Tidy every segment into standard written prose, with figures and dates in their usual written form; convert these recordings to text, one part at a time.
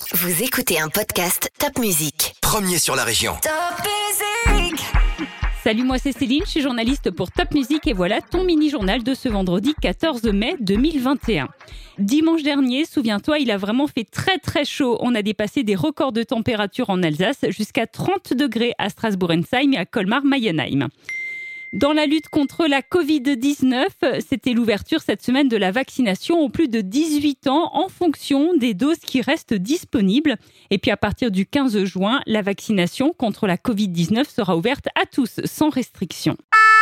Vous écoutez un podcast Top Music. Premier sur la région. Top Music. Salut, moi c'est Céline, je suis journaliste pour Top Music et voilà ton mini-journal de ce vendredi 14 mai 2021. Dimanche dernier, souviens-toi, il a vraiment fait très très chaud. On a dépassé des records de température en Alsace, jusqu'à 30 degrés à Strasbourg-Ensheim et à Colmar-Mayenheim. Dans la lutte contre la Covid-19, c'était l'ouverture cette semaine de la vaccination aux plus de 18 ans en fonction des doses qui restent disponibles. Et puis à partir du 15 juin, la vaccination contre la Covid-19 sera ouverte à tous, sans restriction.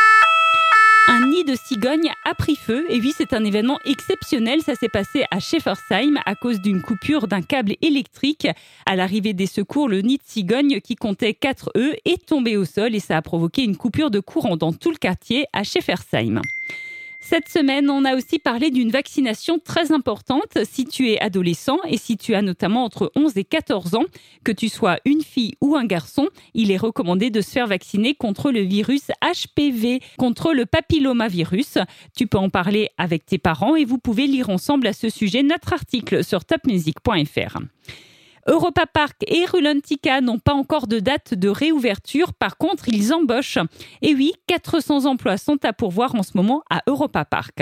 Un nid de cigogne a pris feu. Et oui, c'est un événement exceptionnel. Ça s'est passé à Schäfersheim à cause d'une coupure d'un câble électrique. À l'arrivée des secours, le nid de cigogne qui comptait 4 œufs est tombé au sol et ça a provoqué une coupure de courant dans tout le quartier à Schäfersheim. Cette semaine, on a aussi parlé d'une vaccination très importante. Si tu es adolescent et si tu as notamment entre 11 et 14 ans, que tu sois une fille ou un garçon, il est recommandé de se faire vacciner contre le virus HPV, contre le papillomavirus. Tu peux en parler avec tes parents et vous pouvez lire ensemble à ce sujet notre article sur topmusic.fr. Europa Park et Rulantica n'ont pas encore de date de réouverture. Par contre, ils embauchent. Et oui, 400 emplois sont à pourvoir en ce moment à Europa Park.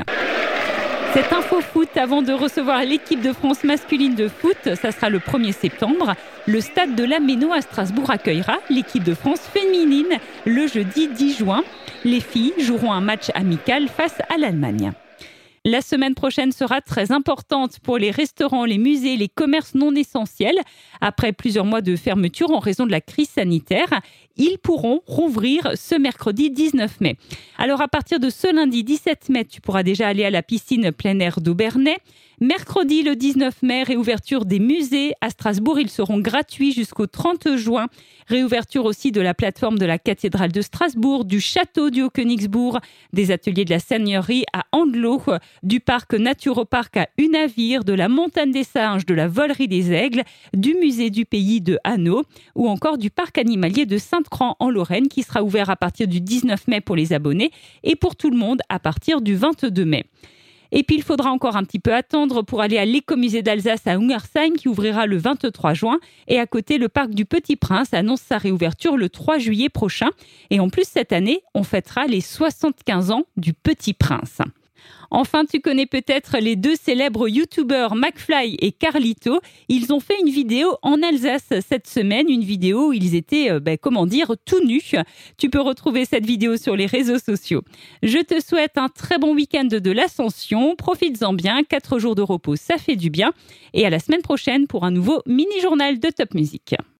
Cette info foot avant de recevoir l'équipe de France masculine de foot, ça sera le 1er septembre. Le stade de la Méno à Strasbourg accueillera l'équipe de France féminine le jeudi 10 juin. Les filles joueront un match amical face à l'Allemagne. La semaine prochaine sera très importante pour les restaurants, les musées, les commerces non essentiels. Après plusieurs mois de fermeture en raison de la crise sanitaire, ils pourront rouvrir ce mercredi 19 mai. Alors à partir de ce lundi 17 mai, tu pourras déjà aller à la piscine plein air d'Aubernais. Mercredi le 19 mai, réouverture des musées. À Strasbourg, ils seront gratuits jusqu'au 30 juin. Réouverture aussi de la plateforme de la cathédrale de Strasbourg, du château du Haut-Königsbourg, des ateliers de la seigneurie à Andelot, du parc Naturopark à Unavir, de la montagne des singes, de la volerie des aigles, du musée du pays de Hanau ou encore du parc animalier de Sainte-Cran en Lorraine qui sera ouvert à partir du 19 mai pour les abonnés et pour tout le monde à partir du 22 mai. Et puis, il faudra encore un petit peu attendre pour aller à l'écomusée d'Alsace à Ungersheim qui ouvrira le 23 juin. Et à côté, le parc du Petit Prince annonce sa réouverture le 3 juillet prochain. Et en plus, cette année, on fêtera les 75 ans du Petit Prince. Enfin, tu connais peut-être les deux célèbres youtubeurs McFly et Carlito. Ils ont fait une vidéo en Alsace cette semaine, une vidéo où ils étaient, tout nus. Tu peux retrouver cette vidéo sur les réseaux sociaux. Je te souhaite un très bon week-end de l'Ascension. Profites-en bien, 4 jours de repos, ça fait du bien. Et à la semaine prochaine pour un nouveau mini-journal de Top Music.